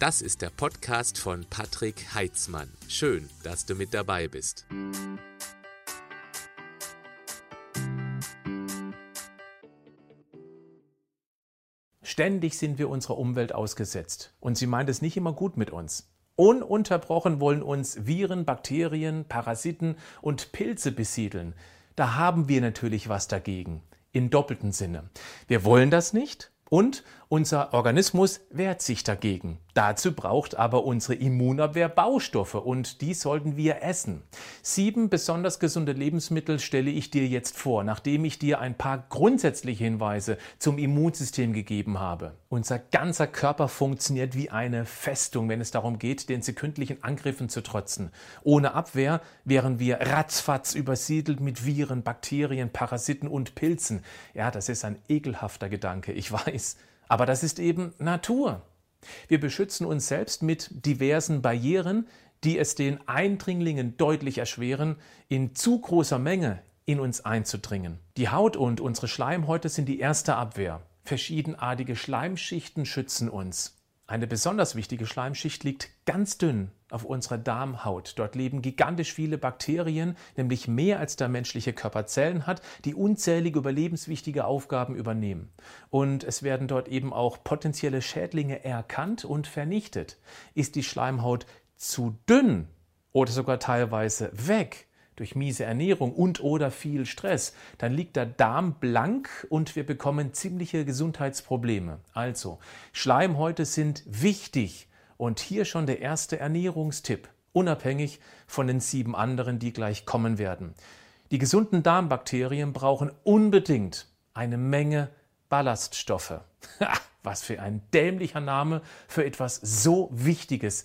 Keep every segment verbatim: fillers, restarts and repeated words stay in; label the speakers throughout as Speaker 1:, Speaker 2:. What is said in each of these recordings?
Speaker 1: Das ist der Podcast von Patrick Heitzmann. Schön, dass du mit dabei bist.
Speaker 2: Ständig sind wir unserer Umwelt ausgesetzt und sie meint es nicht immer gut mit uns. Ununterbrochen wollen uns Viren, Bakterien, Parasiten und Pilze besiedeln. Da haben wir natürlich was dagegen, in doppeltem Sinne. Wir wollen das nicht und unser Organismus wehrt sich dagegen. Dazu braucht aber unsere Immunabwehr Baustoffe und die sollten wir essen. Sieben besonders gesunde Lebensmittel stelle ich dir jetzt vor, nachdem ich dir ein paar grundsätzliche Hinweise zum Immunsystem gegeben habe. Unser ganzer Körper funktioniert wie eine Festung, wenn es darum geht, den sekündlichen Angriffen zu trotzen. Ohne Abwehr wären wir ratzfatz übersiedelt mit Viren, Bakterien, Parasiten und Pilzen. Ja, das ist ein ekelhafter Gedanke, ich weiß. Aber das ist eben Natur. Wir beschützen uns selbst mit diversen Barrieren, die es den Eindringlingen deutlich erschweren, in zu großer Menge in uns einzudringen. Die Haut und unsere Schleimhäute sind die erste Abwehr. Verschiedenartige Schleimschichten schützen uns. Eine besonders wichtige Schleimschicht liegt ganz dünn auf unserer Darmhaut. Dort leben gigantisch viele Bakterien, nämlich mehr als der menschliche Körper Zellen hat, die unzählige überlebenswichtige Aufgaben übernehmen. Und es werden dort eben auch potenzielle Schädlinge erkannt und vernichtet. Ist die Schleimhaut zu dünn oder sogar teilweise weg durch miese Ernährung und oder viel Stress, dann liegt der Darm blank und wir bekommen ziemliche Gesundheitsprobleme. Also, Schleimhäute sind wichtig und hier schon der erste Ernährungstipp, unabhängig von den sieben anderen, die gleich kommen werden. Die gesunden Darmbakterien brauchen unbedingt eine Menge Ballaststoffe. Was für ein dämlicher Name für etwas so Wichtiges.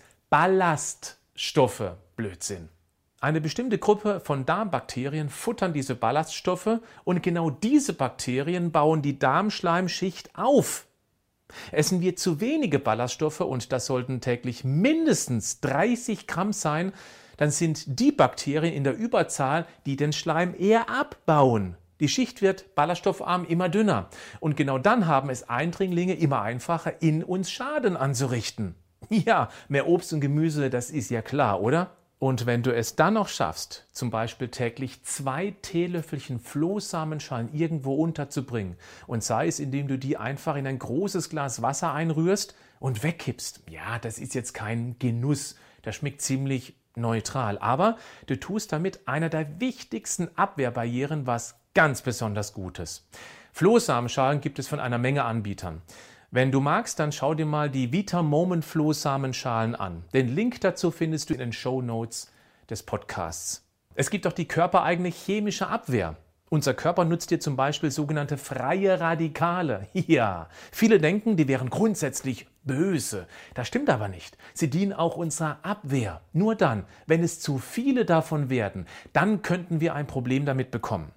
Speaker 2: Ballaststoffe, Blödsinn. Eine bestimmte Gruppe von Darmbakterien futtern diese Ballaststoffe und genau diese Bakterien bauen die Darmschleimschicht auf. Essen wir zu wenige Ballaststoffe, und das sollten täglich mindestens dreißig Gramm sein, dann sind die Bakterien in der Überzahl, die den Schleim eher abbauen. Die Schicht wird ballaststoffarm immer dünner und genau dann haben es Eindringlinge immer einfacher, in uns Schaden anzurichten. Ja, mehr Obst und Gemüse, das ist ja klar, oder? Und wenn du es dann noch schaffst, zum Beispiel täglich zwei Teelöffelchen Flohsamenschalen irgendwo unterzubringen und sei es, indem du die einfach in ein großes Glas Wasser einrührst und wegkippst. Ja, das ist jetzt kein Genuss, das schmeckt ziemlich neutral, aber du tust damit einer der wichtigsten Abwehrbarrieren was ganz besonders Gutes. Flohsamenschalen gibt es von einer Menge Anbietern. Wenn du magst, dann schau dir mal die Vita-Moment-Flohsamenschalen an. Den Link dazu findest du in den Shownotes des Podcasts. Es gibt auch die körpereigene chemische Abwehr. Unser Körper nutzt hier zum Beispiel sogenannte freie Radikale. Ja, viele denken, die wären grundsätzlich böse. Das stimmt aber nicht. Sie dienen auch unserer Abwehr. Nur dann, wenn es zu viele davon werden, dann könnten wir ein Problem damit bekommen.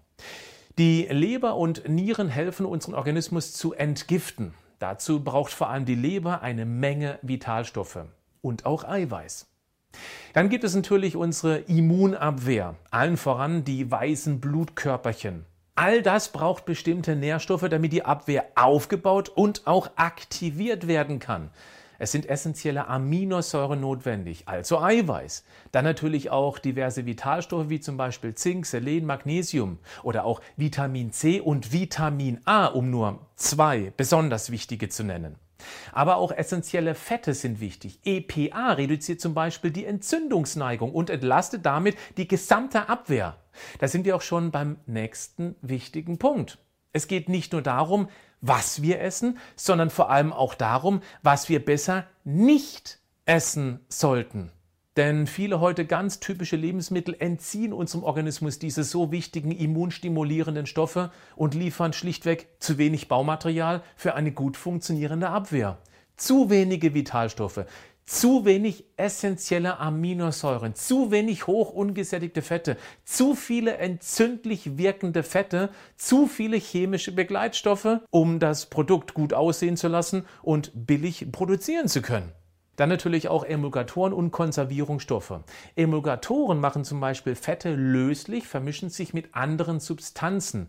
Speaker 2: Die Leber und Nieren helfen, unseren Organismus zu entgiften. Dazu braucht vor allem die Leber eine Menge Vitalstoffe und auch Eiweiß. Dann gibt es natürlich unsere Immunabwehr, allen voran die weißen Blutkörperchen. All das braucht bestimmte Nährstoffe, damit die Abwehr aufgebaut und auch aktiviert werden kann. Es sind essentielle Aminosäuren notwendig, also Eiweiß. Dann natürlich auch diverse Vitalstoffe wie zum Beispiel Zink, Selen, Magnesium oder auch Vitamin C und Vitamin A, um nur zwei besonders wichtige zu nennen. Aber auch essentielle Fette sind wichtig. E P A reduziert zum Beispiel die Entzündungsneigung und entlastet damit die gesamte Abwehr. Da sind wir auch schon beim nächsten wichtigen Punkt. Es geht nicht nur darum, was wir essen, sondern vor allem auch darum, was wir besser nicht essen sollten. Denn viele heute ganz typische Lebensmittel entziehen unserem Organismus diese so wichtigen immunstimulierenden Stoffe und liefern schlichtweg zu wenig Baumaterial für eine gut funktionierende Abwehr. Zu wenige Vitalstoffe, zu wenig essentielle Aminosäuren, zu wenig hoch ungesättigte Fette, zu viele entzündlich wirkende Fette, zu viele chemische Begleitstoffe, um das Produkt gut aussehen zu lassen und billig produzieren zu können. Dann natürlich auch Emulgatoren und Konservierungsstoffe. Emulgatoren machen zum Beispiel Fette löslich, vermischen sich mit anderen Substanzen.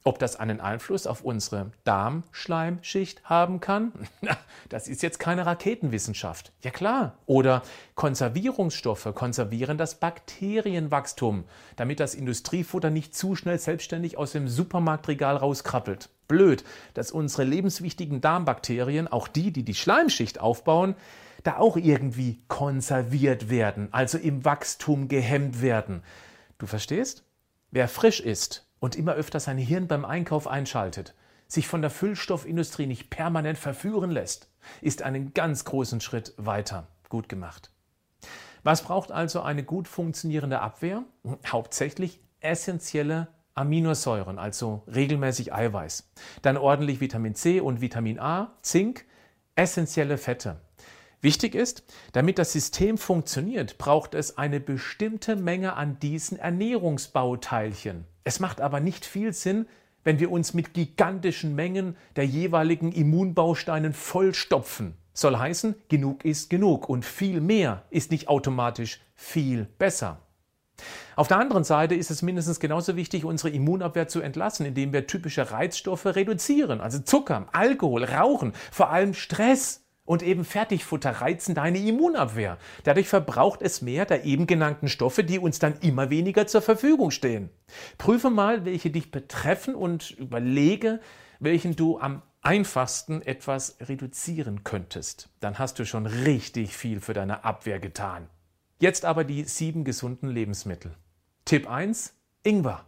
Speaker 2: Ob das einen Einfluss auf unsere Darmschleimschicht haben kann? Na, das ist jetzt keine Raketenwissenschaft. Ja klar. Oder Konservierungsstoffe konservieren das Bakterienwachstum, damit das Industriefutter nicht zu schnell selbstständig aus dem Supermarktregal rauskrabbelt. Blöd, dass unsere lebenswichtigen Darmbakterien, auch die, die die Schleimschicht aufbauen, da auch irgendwie konserviert werden, also im Wachstum gehemmt werden. Du verstehst? Wer frisch isst und immer öfter sein Hirn beim Einkauf einschaltet, sich von der Füllstoffindustrie nicht permanent verführen lässt, ist einen ganz großen Schritt weiter. Gut gemacht. Was braucht also eine gut funktionierende Abwehr? Hauptsächlich essentielle Aminosäuren, also regelmäßig Eiweiß. Dann ordentlich Vitamin C und Vitamin A, Zink, essentielle Fette. Wichtig ist, damit das System funktioniert, braucht es eine bestimmte Menge an diesen Ernährungsbauteilchen. Es macht aber nicht viel Sinn, wenn wir uns mit gigantischen Mengen der jeweiligen Immunbausteinen vollstopfen. Soll heißen, genug ist genug und viel mehr ist nicht automatisch viel besser. Auf der anderen Seite ist es mindestens genauso wichtig, unsere Immunabwehr zu entlassen, indem wir typische Reizstoffe reduzieren, also Zucker, Alkohol, Rauchen, vor allem Stress. Und eben Fertigfutter reizen deine Immunabwehr. Dadurch verbraucht es mehr der eben genannten Stoffe, die uns dann immer weniger zur Verfügung stehen. Prüfe mal, welche dich betreffen und überlege, welchen du am einfachsten etwas reduzieren könntest. Dann hast du schon richtig viel für deine Abwehr getan. Jetzt aber die sieben gesunden Lebensmittel. Tipp eins: Ingwer.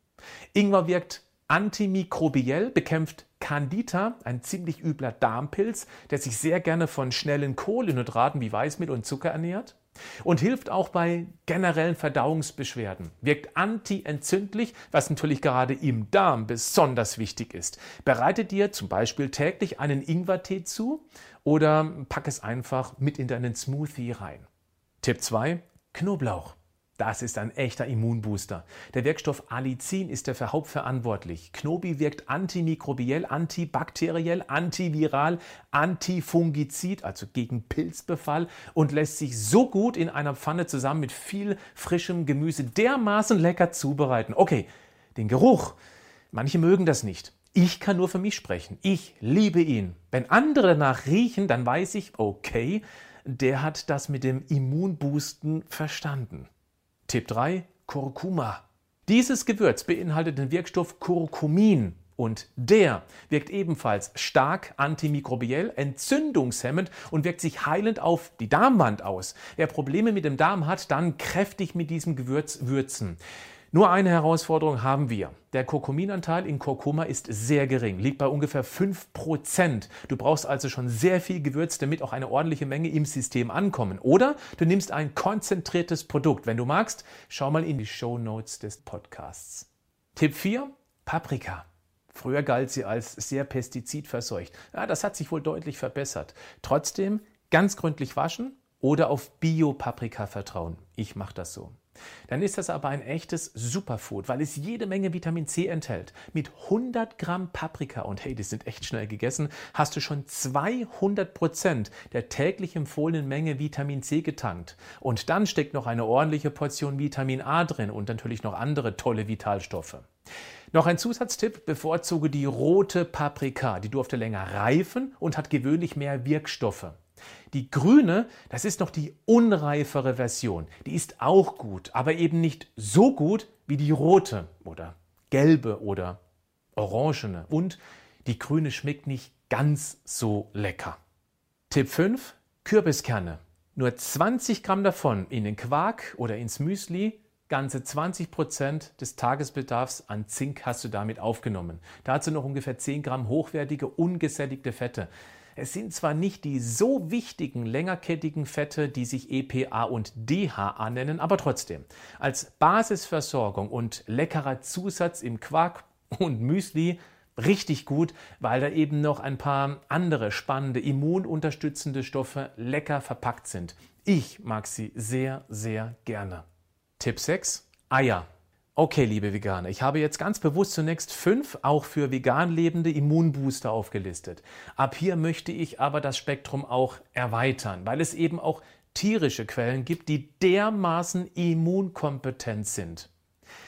Speaker 2: Ingwer wirkt antimikrobiell, bekämpft Candida, ein ziemlich übler Darmpilz, der sich sehr gerne von schnellen Kohlenhydraten wie Weißmehl und Zucker ernährt, und hilft auch bei generellen Verdauungsbeschwerden. Wirkt antientzündlich, was natürlich gerade im Darm besonders wichtig ist. Bereite dir zum Beispiel täglich einen Ingwertee zu oder pack es einfach mit in deinen Smoothie rein. Tipp zwei: Knoblauch. Das ist ein echter Immunbooster. Der Wirkstoff Allicin ist dafür hauptverantwortlich. Knobi wirkt antimikrobiell, antibakteriell, antiviral, antifungizid, also gegen Pilzbefall, und lässt sich so gut in einer Pfanne zusammen mit viel frischem Gemüse dermaßen lecker zubereiten. Okay, den Geruch. Manche mögen das nicht. Ich kann nur für mich sprechen. Ich liebe ihn. Wenn andere danach riechen, dann weiß ich, okay, der hat das mit dem Immunboosten verstanden. Tipp drei: Kurkuma. Dieses Gewürz beinhaltet den Wirkstoff Curcumin und der wirkt ebenfalls stark antimikrobiell, entzündungshemmend und wirkt sich heilend auf die Darmwand aus. Wer Probleme mit dem Darm hat, dann kräftig mit diesem Gewürz würzen. Nur eine Herausforderung haben wir. Der Curcuminanteil in Kurkuma ist sehr gering, liegt bei ungefähr fünf Prozent. Du brauchst also schon sehr viel Gewürz, damit auch eine ordentliche Menge im System ankommen. Oder du nimmst ein konzentriertes Produkt. Wenn du magst, schau mal in die Shownotes des Podcasts. Tipp vier: Paprika. Früher galt sie als sehr pestizidverseucht. Ja, das hat sich wohl deutlich verbessert. Trotzdem ganz gründlich waschen oder auf Bio-Paprika vertrauen. Ich mache das so. Dann ist das aber ein echtes Superfood, weil es jede Menge Vitamin C enthält. Mit hundert Gramm Paprika, und hey, die sind echt schnell gegessen, hast du schon zweihundert Prozent der täglich empfohlenen Menge Vitamin C getankt. Und dann steckt noch eine ordentliche Portion Vitamin A drin und natürlich noch andere tolle Vitalstoffe. Noch ein Zusatztipp: Bevorzuge die rote Paprika. Die durfte länger reifen und hat gewöhnlich mehr Wirkstoffe. Die grüne, das ist noch die unreifere Version. Die ist auch gut, aber eben nicht so gut wie die rote oder gelbe oder orangene. Und die grüne schmeckt nicht ganz so lecker. Tipp fünf: Kürbiskerne. Nur zwanzig Gramm davon in den Quark oder ins Müsli. Ganze zwanzig Prozent des Tagesbedarfs an Zink hast du damit aufgenommen. Dazu noch ungefähr zehn Gramm hochwertige, ungesättigte Fette. Es sind zwar nicht die so wichtigen längerkettigen Fette, die sich E P A und D H A nennen, aber trotzdem. Als Basisversorgung und leckerer Zusatz im Quark und Müsli richtig gut, weil da eben noch ein paar andere spannende, immununterstützende Stoffe lecker verpackt sind. Ich mag sie sehr, sehr gerne. Tipp sechs: Eier. Okay, liebe Veganer, ich habe jetzt ganz bewusst zunächst fünf auch für vegan lebende Immunbooster aufgelistet. Ab hier möchte ich aber das Spektrum auch erweitern, weil es eben auch tierische Quellen gibt, die dermaßen immunkompetent sind.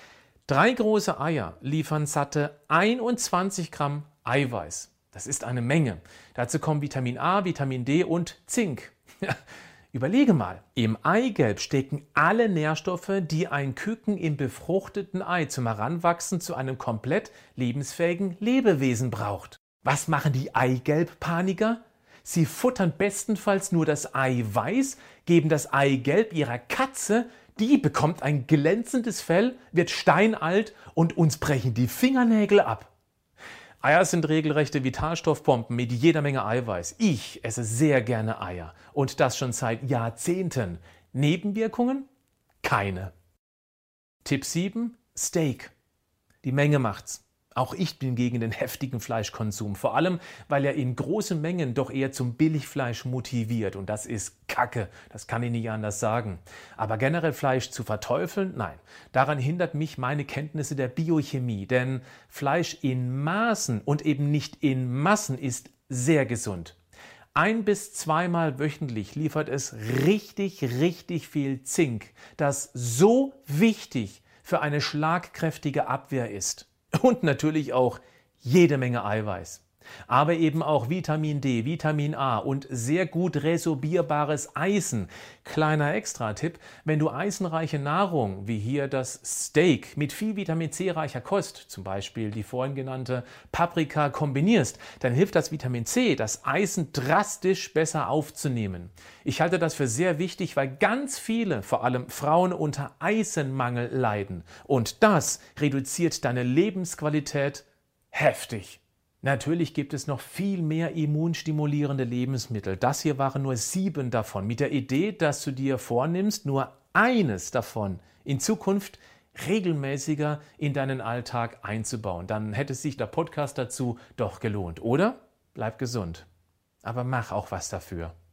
Speaker 2: Drei große Eier liefern satte einundzwanzig Gramm Eiweiß. Das ist eine Menge. Dazu kommen Vitamin A, Vitamin D und Zink. Überlege mal, im Eigelb stecken alle Nährstoffe, die ein Küken im befruchteten Ei zum Heranwachsen zu einem komplett lebensfähigen Lebewesen braucht. Was machen die Eigelb-Paniker? Sie futtern bestenfalls nur das Eiweiß, geben das Eigelb ihrer Katze, die bekommt ein glänzendes Fell, wird steinalt und uns brechen die Fingernägel ab. Eier sind regelrechte Vitalstoffbomben mit jeder Menge Eiweiß. Ich esse sehr gerne Eier und das schon seit Jahrzehnten. Nebenwirkungen? Keine. Tipp sieben. Steak. Die Menge macht's. Auch ich bin gegen den heftigen Fleischkonsum, vor allem, weil er in großen Mengen doch eher zum Billigfleisch motiviert und das ist Kacke, das kann ich nicht anders sagen. Aber generell Fleisch zu verteufeln? Nein, daran hindert mich meine Kenntnisse der Biochemie, denn Fleisch in Maßen und eben nicht in Massen ist sehr gesund. Ein- bis zweimal wöchentlich liefert es richtig, richtig viel Zink, das so wichtig für eine schlagkräftige Abwehr ist. Und natürlich auch jede Menge Eiweiß. Aber eben auch Vitamin D, Vitamin A und sehr gut resorbierbares Eisen. Kleiner Extra-Tipp, wenn du eisenreiche Nahrung, wie hier das Steak, mit viel Vitamin C reicher Kost, zum Beispiel die vorhin genannte Paprika, kombinierst, dann hilft das Vitamin C, das Eisen drastisch besser aufzunehmen. Ich halte das für sehr wichtig, weil ganz viele, vor allem Frauen, unter Eisenmangel leiden. Und das reduziert deine Lebensqualität heftig. Natürlich gibt es noch viel mehr immunstimulierende Lebensmittel. Das hier waren nur sieben davon. Mit der Idee, dass du dir vornimmst, nur eines davon in Zukunft regelmäßiger in deinen Alltag einzubauen. Dann hätte sich der Podcast dazu doch gelohnt, oder? Bleib gesund. Aber mach auch was dafür.